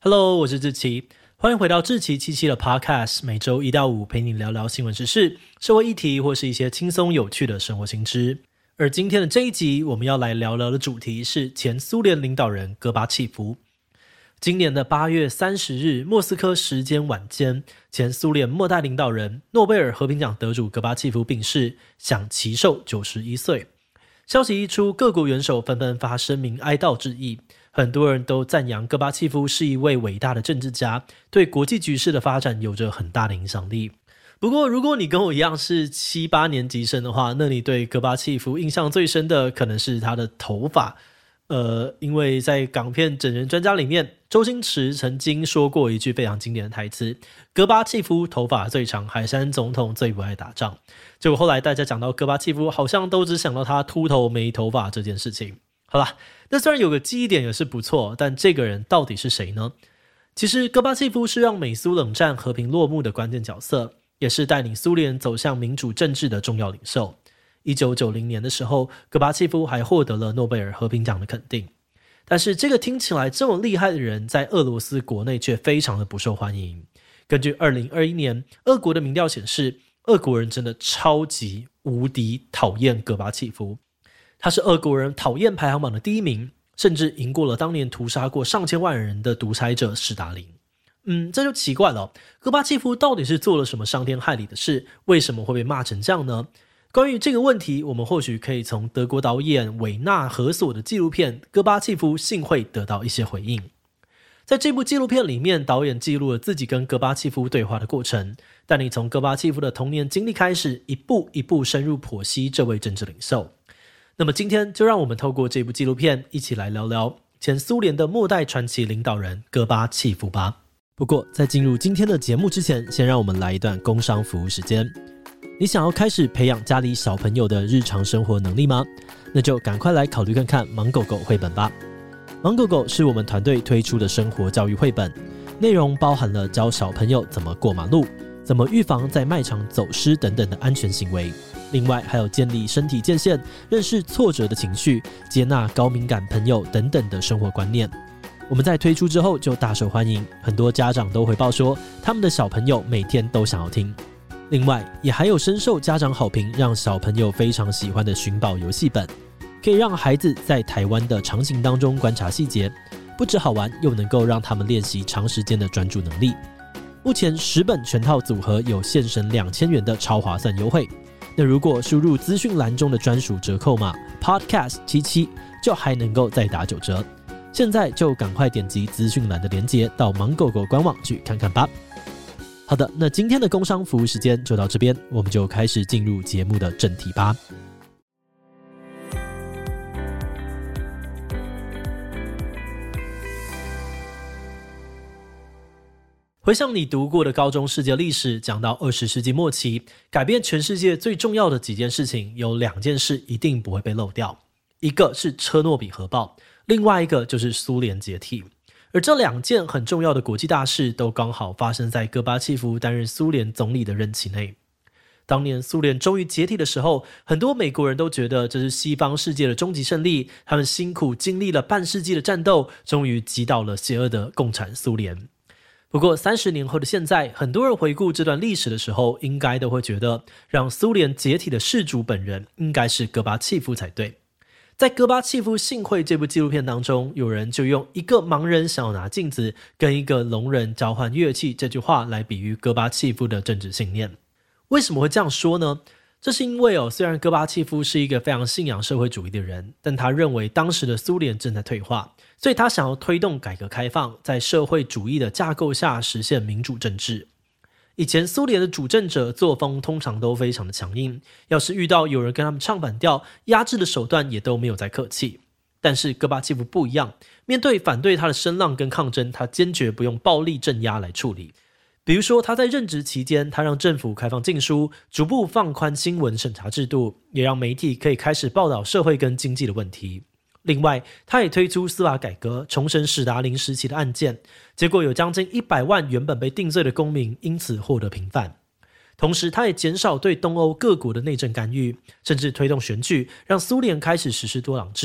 Hello， 我是志祺，欢迎回到志祺77的 Podcast， 每周1到5陪你聊聊新闻时事、社会议题或是一些轻松有趣的生活新知。而今天的这一集，我们要来聊聊的主题是前苏联领导人戈巴契夫。今年的8月30日，莫斯科时间晚间，前苏联末代领导人、诺贝尔和平奖得主戈巴契夫病逝，享其寿91岁。消息一出，各国元首纷纷发声明哀悼致意，很多人都赞扬戈巴契夫是一位伟大的政治家，对国际局势的发展有着很大的影响力。不过如果你跟我一样是7、8年级生的话，那你对戈巴契夫印象最深的可能是他的头发。因为在港片整人专家里面，周星驰曾经说过一句非常经典的台词，戈巴契夫头发最长，海山总统最不爱打仗。结果后来大家讲到戈巴契夫，好像都只想到他秃头没头发这件事情。好啦，那虽然有个记忆点也是不错，但这个人到底是谁呢？其实戈巴契夫是让美苏冷战和平落幕的关键角色，也是带领苏联走向民主政治的重要领袖。1990年的时候，戈巴契夫还获得了诺贝尔和平奖的肯定。但是这个听起来这么厉害的人，在俄罗斯国内却非常的不受欢迎。根据2021年俄国的民调显示，俄国人真的超级无敌讨厌戈巴契夫。他是俄国人讨厌排行榜的第1名，甚至赢过了当年屠杀过上千万人的独裁者史达林。这就奇怪了，戈巴契夫到底是做了什么伤天害理的事？为什么会被骂成这样呢？关于这个问题，我们或许可以从德国导演韦纳何索的纪录片《戈巴契夫幸会》得到一些回应。在这部纪录片里面，导演记录了自己跟戈巴契夫对话的过程，带你从戈巴契夫的童年经历开始，一步一步深入剖析这位政治领袖。那么今天就让我们透过这部纪录片一起来聊聊前苏联的末代传奇领导人戈巴契夫吧。不过在进入今天的节目之前，先让我们来一段工商服务时间。你想要开始培养家里小朋友的日常生活能力吗？那就赶快来考虑看看盲狗狗绘本吧。盲狗狗是我们团队推出的生活教育绘本，内容包含了教小朋友怎么过马路、怎么预防在卖场走失等等的安全行为，另外还有建立身体界限、认识挫折的情绪、接纳高敏感朋友等等的生活观念。我们在推出之后就大受欢迎，很多家长都回报说他们的小朋友每天都想要听。另外也还有深受家长好评，让小朋友非常喜欢的寻宝游戏本，可以让孩子在台湾的场景当中观察细节，不只好玩，又能够让他们练习长时间的专注能力。目前10本全套组合有现省2000元的超划算优惠，那如果输入资讯栏中的专属折扣码 podcast77 就还能够再打9折。现在就赶快点击资讯栏的连结到盲狗狗官网去看看吧。好的，那今天的工商服务时间就到这边，我们就开始进入节目的正题吧。回想你读过的高中世界历史，讲到20世纪末期，改变全世界最重要的几件事情，有2件事一定不会被漏掉，一个是车诺比核爆，另外一个就是苏联解体。而这2件很重要的国际大事都刚好发生在戈巴契夫担任苏联总理的任期内。当年苏联终于解体的时候，很多美国人都觉得这是西方世界的终极胜利，他们辛苦经历了半世纪的战斗，终于击倒了邪恶的共产苏联。不过30年后的现在，很多人回顾这段历史的时候，应该都会觉得让苏联解体的事主本人应该是戈巴契夫才对。在《戈巴契夫幸会》这部纪录片当中，有人就用一个盲人想要拿镜子跟一个聋人交换乐器这句话来比喻戈巴契夫的政治信念。为什么会这样说呢？这是因为虽然戈巴契夫是一个非常信仰社会主义的人，但他认为当时的苏联正在退化，所以他想要推动改革开放，在社会主义的架构下实现民主政治。以前苏联的主政者作风通常都非常的强硬，要是遇到有人跟他们唱反调，压制的手段也都没有再客气。但是戈巴契夫不一样，面对反对他的声浪跟抗争，他坚决不用暴力镇压来处理。比如说他在任职期间，他让政府开放禁书，逐步放宽新闻审查制度，也让媒体可以开始报道社会跟经济的问题。另外他也推出司法改革，重审史达林时期的案件，结果有将近100万原本被定罪的公民因此获得平反。同时他也减少对东欧各国的内政干预，甚至推动选举，让苏联开始实施多党制，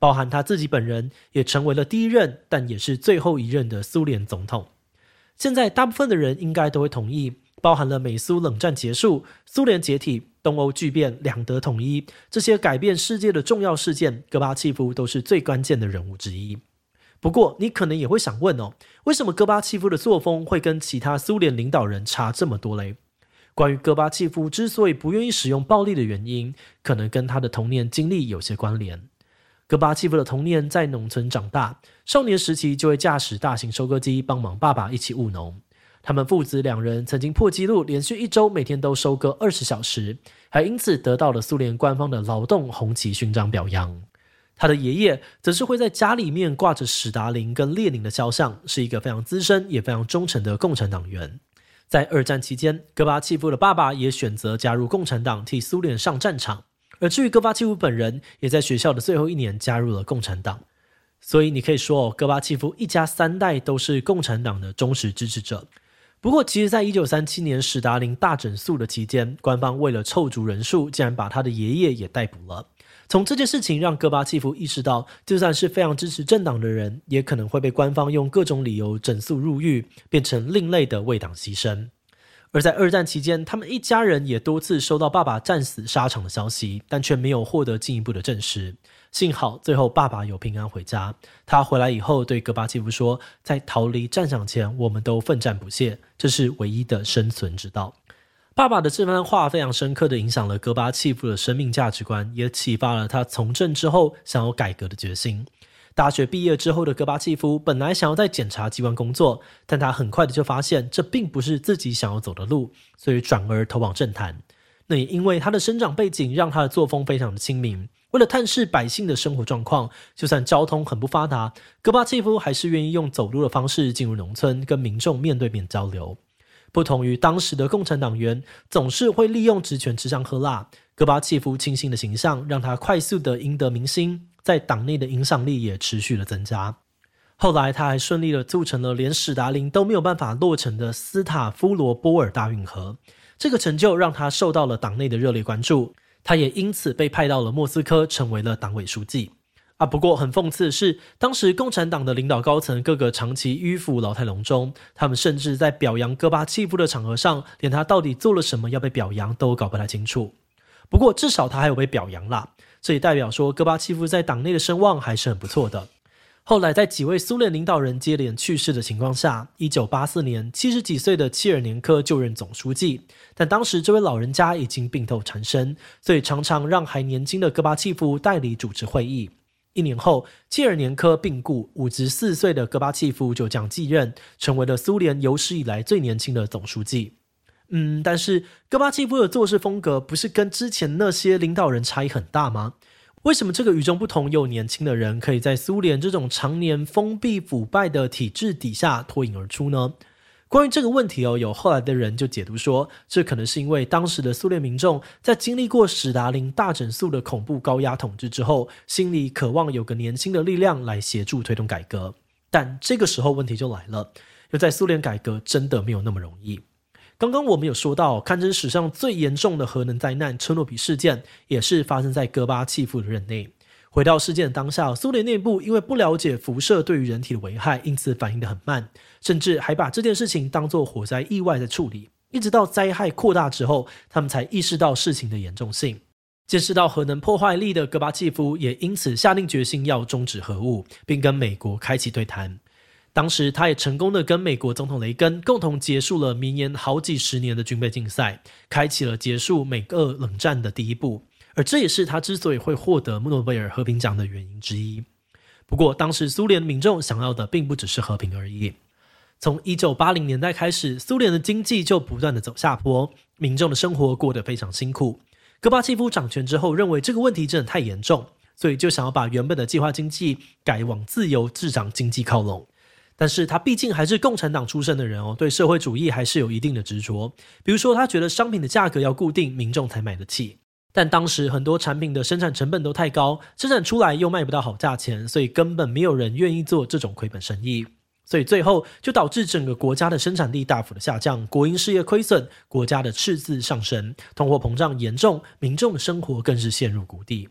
包含他自己本人也成为了第一任但也是最后一任的苏联总统。现在大部分的人应该都会同意，包含了美苏冷战结束、苏联解体、东欧剧变、两德统一，这些改变世界的重要事件，戈巴契夫都是最关键的人物之一。不过你可能也会想问为什么戈巴契夫的作风会跟其他苏联领导人差这么多嘞？关于戈巴契夫之所以不愿意使用暴力的原因，可能跟他的童年经历有些关联。戈巴契夫的童年在农村长大，少年时期就会驾驶大型收割机帮忙爸爸一起务农。他们父子两人曾经破纪录，连续1周每天都收割20小时，还因此得到了苏联官方的劳动红旗勋章表扬。他的爷爷则是会在家里面挂着史达林跟列宁的肖像，是一个非常资深也非常忠诚的共产党员。在二战期间，戈巴契夫的爸爸也选择加入共产党，替苏联上战场。而至于戈巴契夫本人，也在学校的最后1年加入了共产党。所以你可以说戈巴契夫一家3代都是共产党的忠实支持者。不过其实在1937年史达林大整肃的期间，官方为了凑足人数，竟然把他的爷爷也逮捕了。从这件事情让戈巴契夫意识到，就算是非常支持政党的人，也可能会被官方用各种理由整肃入狱，变成另类的为党牺牲。而在二战期间，他们一家人也多次收到爸爸战死沙场的消息，但却没有获得进一步的证实。幸好最后爸爸有平安回家。他回来以后对戈巴契夫说，在逃离战场前，我们都奋战不懈，这是唯一的生存之道。爸爸的这番话非常深刻地影响了戈巴契夫的生命价值观，也启发了他从政之后想要改革的决心。大学毕业之后的戈巴契夫本来想要在检察机关工作，但他很快的就发现这并不是自己想要走的路，所以转而投往政坛。那也因为他的生长背景让他的作风非常的亲民，为了探视百姓的生活状况，就算交通很不发达，戈巴契夫还是愿意用走路的方式进入农村，跟民众面对面交流。不同于当时的共产党员总是会利用职权吃香喝辣，戈巴契夫清新的形象让他快速的赢得民心，在党内的影响力也持续的增加。后来他还顺利的促成了连史达林都没有办法落成的斯塔夫罗波尔大运河，这个成就让他受到了党内的热烈关注，他也因此被派到了莫斯科，成为了党委书记。不过很讽刺的是，当时共产党的领导高层个个长期迂腐老态龙钟，他们甚至在表扬戈巴契夫的场合上，连他到底做了什么要被表扬都搞不太清楚。不过至少他还有被表扬啦，这也代表说戈巴契夫在党内的声望还是很不错的。后来在几位苏联领导人接连去世的情况下，1984年70几岁的切尔年科就任总书记，但当时这位老人家已经病透缠身，所以常常让还年轻的戈巴契夫代理主持会议。1年后，切尔年科病故，54岁的戈巴契夫就这样继任，成为了苏联有史以来最年轻的总书记。但是戈巴契夫的做事风格不是跟之前那些领导人差异很大吗？为什么这个与众不同又年轻的人可以在苏联这种常年封闭腐败的体制底下脱颖而出呢？关于这个问题有后来的人就解读说，这可能是因为当时的苏联民众在经历过史达林大整肃的恐怖高压统治之后，心里渴望有个年轻的力量来协助推动改革。但这个时候问题就来了，要在苏联改革真的没有那么容易。刚刚我们有说到，堪称史上最严重的核能灾难车诺比事件，也是发生在戈巴契夫的任内。回到事件的当下，苏联内部因为不了解辐射对于人体的危害，因此反应得很慢，甚至还把这件事情当作火灾意外在处理，一直到灾害扩大之后，他们才意识到事情的严重性。见识到核能破坏力的戈巴契夫也因此下定决心要终止核武，并跟美国开启对谈。当时他也成功的跟美国总统雷根共同结束了绵延好几十年的军备竞赛，开启了结束美俄冷战的第一步，而这也是他之所以会获得诺贝尔和平奖的原因之一。不过当时苏联民众想要的并不只是和平而已。从1980年代开始，苏联的经济就不断的走下坡，民众的生活过得非常辛苦。戈巴契夫掌权之后认为这个问题真的太严重，所以就想要把原本的计划经济改往自由市场经济靠拢。但是他毕竟还是共产党出身的人对社会主义还是有一定的执着。比如说他觉得商品的价格要固定，民众才买得起。但当时很多产品的生产成本都太高，生产出来又卖不到好价钱，所以根本没有人愿意做这种亏本生意。所以最后就导致整个国家的生产力大幅的下降，国营事业亏损，国家的赤字上升，通货膨胀严重，民众的生活更是陷入谷底。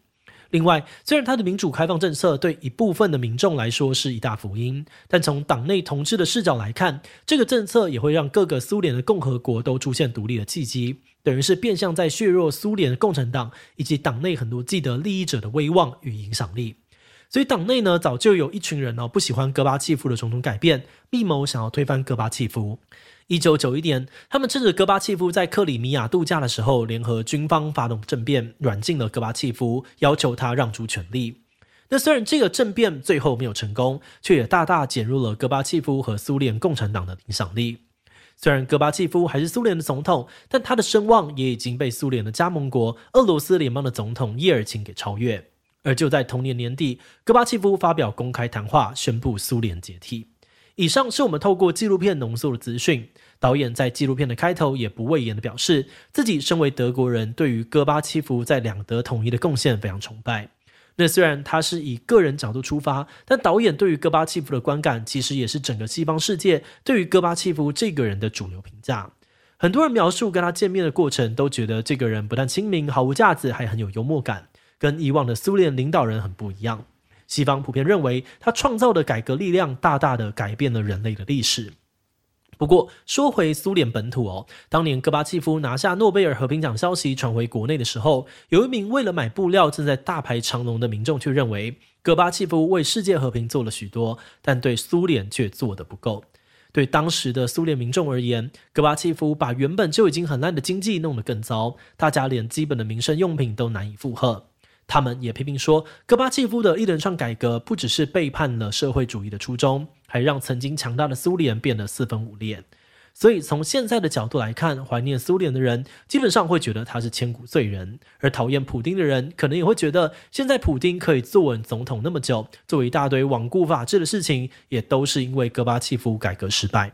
另外，虽然他的民主开放政策对一部分的民众来说是一大福音，但从党内统治的视角来看，这个政策也会让各个苏联的共和国都出现独立的契机，等于是变相在削弱苏联共产党以及党内很多既得利益者的威望与影响力。所以党内呢，早就有一群人不喜欢戈巴契夫的种种改变，密谋想要推翻戈巴契夫。1991年，他们趁着戈巴契夫在克里米亚度假的时候，联合军方发动政变，软禁了戈巴契夫，要求他让出权力。那虽然这个政变最后没有成功，却也大大减弱了戈巴契夫和苏联共产党的影响力。虽然戈巴契夫还是苏联的总统，但他的声望也已经被苏联的加盟国俄罗斯联邦的总统叶尔钦给超越。而就在同年年底，戈巴契夫发表公开谈话，宣布苏联解体。以上是我们透过纪录片浓缩的资讯。导演在纪录片的开头也不讳言地表示，自己身为德国人，对于戈巴契夫在两德统一的贡献非常崇拜。那虽然他是以个人角度出发，但导演对于戈巴契夫的观感，其实也是整个西方世界对于戈巴契夫这个人的主流评价。很多人描述跟他见面的过程，都觉得这个人不但亲民、毫无架子，还很有幽默感，跟以往的苏联领导人很不一样。西方普遍认为，他创造的改革力量大大的改变了人类的历史。不过说回苏联本土当年戈巴契夫拿下诺贝尔和平奖消息传回国内的时候，有一名为了买布料正在大排长龙的民众却认为，戈巴契夫为世界和平做了许多，但对苏联却做得不够。对当时的苏联民众而言，戈巴契夫把原本就已经很烂的经济弄得更糟，大家连基本的民生用品都难以负荷。他们也批评说，戈巴契夫的一连串改革不只是背叛了社会主义的初衷，还让曾经强大的苏联变得四分五裂。所以从现在的角度来看，怀念苏联的人基本上会觉得他是千古罪人，而讨厌普丁的人可能也会觉得，现在普丁可以坐稳总统那么久，做一大堆罔顾法治的事情，也都是因为戈巴契夫改革失败。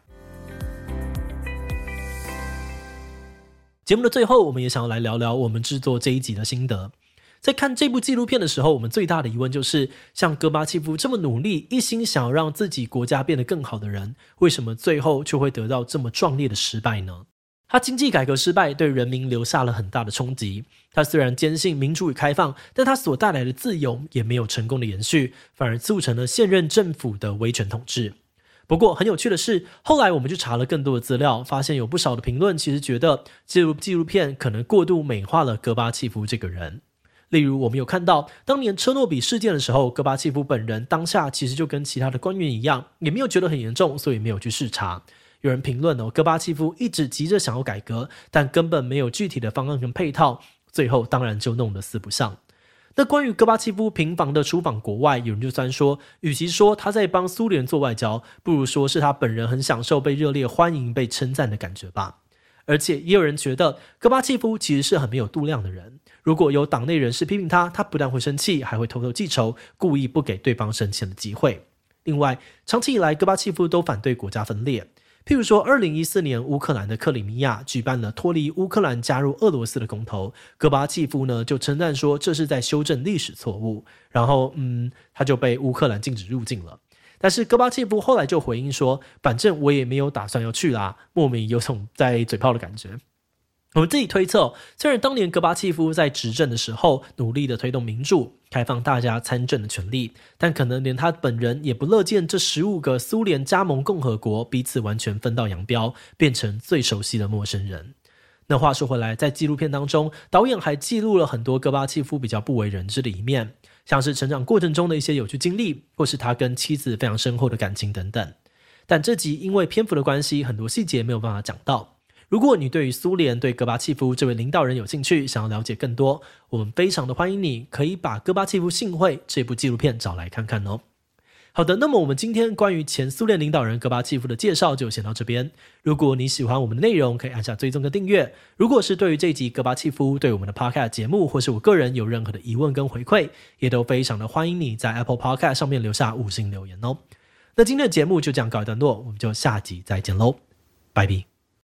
节目的最后，我们也想要来聊聊我们制作这一集的心得。在看这部纪录片的时候，我们最大的疑问就是，像戈巴契夫这么努力，一心想要让自己国家变得更好的人，为什么最后却会得到这么壮烈的失败呢？他经济改革失败，对人民留下了很大的冲击。他虽然坚信民主与开放，但他所带来的自由也没有成功的延续，反而促成了现任政府的威权统治。不过很有趣的是，后来我们去查了更多的资料，发现有不少的评论其实觉得这部纪录片可能过度美化了戈巴契夫这个人。例如我们有看到当年车诺比事件的时候，戈巴契夫本人当下其实就跟其他的官员一样，也没有觉得很严重，所以没有去视察。有人评论戈巴契夫一直急着想要改革，但根本没有具体的方案跟配套，最后当然就弄得四不像。那关于戈巴契夫频繁的出访国外，有人就算说，与其说他在帮苏联做外交，不如说是他本人很享受被热烈欢迎、被称赞的感觉吧。而且也有人觉得戈巴契夫其实是很没有度量的人，如果有党内人士批评他，他不但会生气，还会偷偷记仇，故意不给对方升迁的机会。另外，长期以来戈巴契夫都反对国家分裂，譬如说2014年乌克兰的克里米亚举办了脱离乌克兰加入俄罗斯的公投，戈巴契夫呢就称赞说这是在修正历史错误，然后他就被乌克兰禁止入境了。但是戈巴契夫后来就回应说，反正我也没有打算要去啦，莫名有种在嘴炮的感觉。我们自己推测，虽然当年戈巴契夫在执政的时候努力的推动民主，开放大家参政的权利，但可能连他本人也不乐见这15个苏联加盟共和国彼此完全分道扬镳，变成最熟悉的陌生人。那话说回来，在纪录片当中，导演还记录了很多戈巴契夫比较不为人知的一面，像是成长过程中的一些有趣经历，或是他跟妻子非常深厚的感情等等。但这集因为篇幅的关系，很多细节没有办法讲到。如果你对于苏联、对戈巴契夫这位领导人有兴趣，想要了解更多，我们非常的欢迎你可以把《戈巴契夫幸会》这部纪录片找来看看哦。好的，那么我们今天关于前苏联领导人戈巴契夫的介绍就先到这边。如果你喜欢我们的内容，可以按下追踪跟订阅。如果是对于这一集戈巴契夫对我们的 Podcast 节目或是我个人有任何的疑问跟回馈，也都非常的欢迎你在 Apple Podcast 上面留下5星留言哦。那今天的节目就这样告一段落，我们就下集再见喽，拜拜。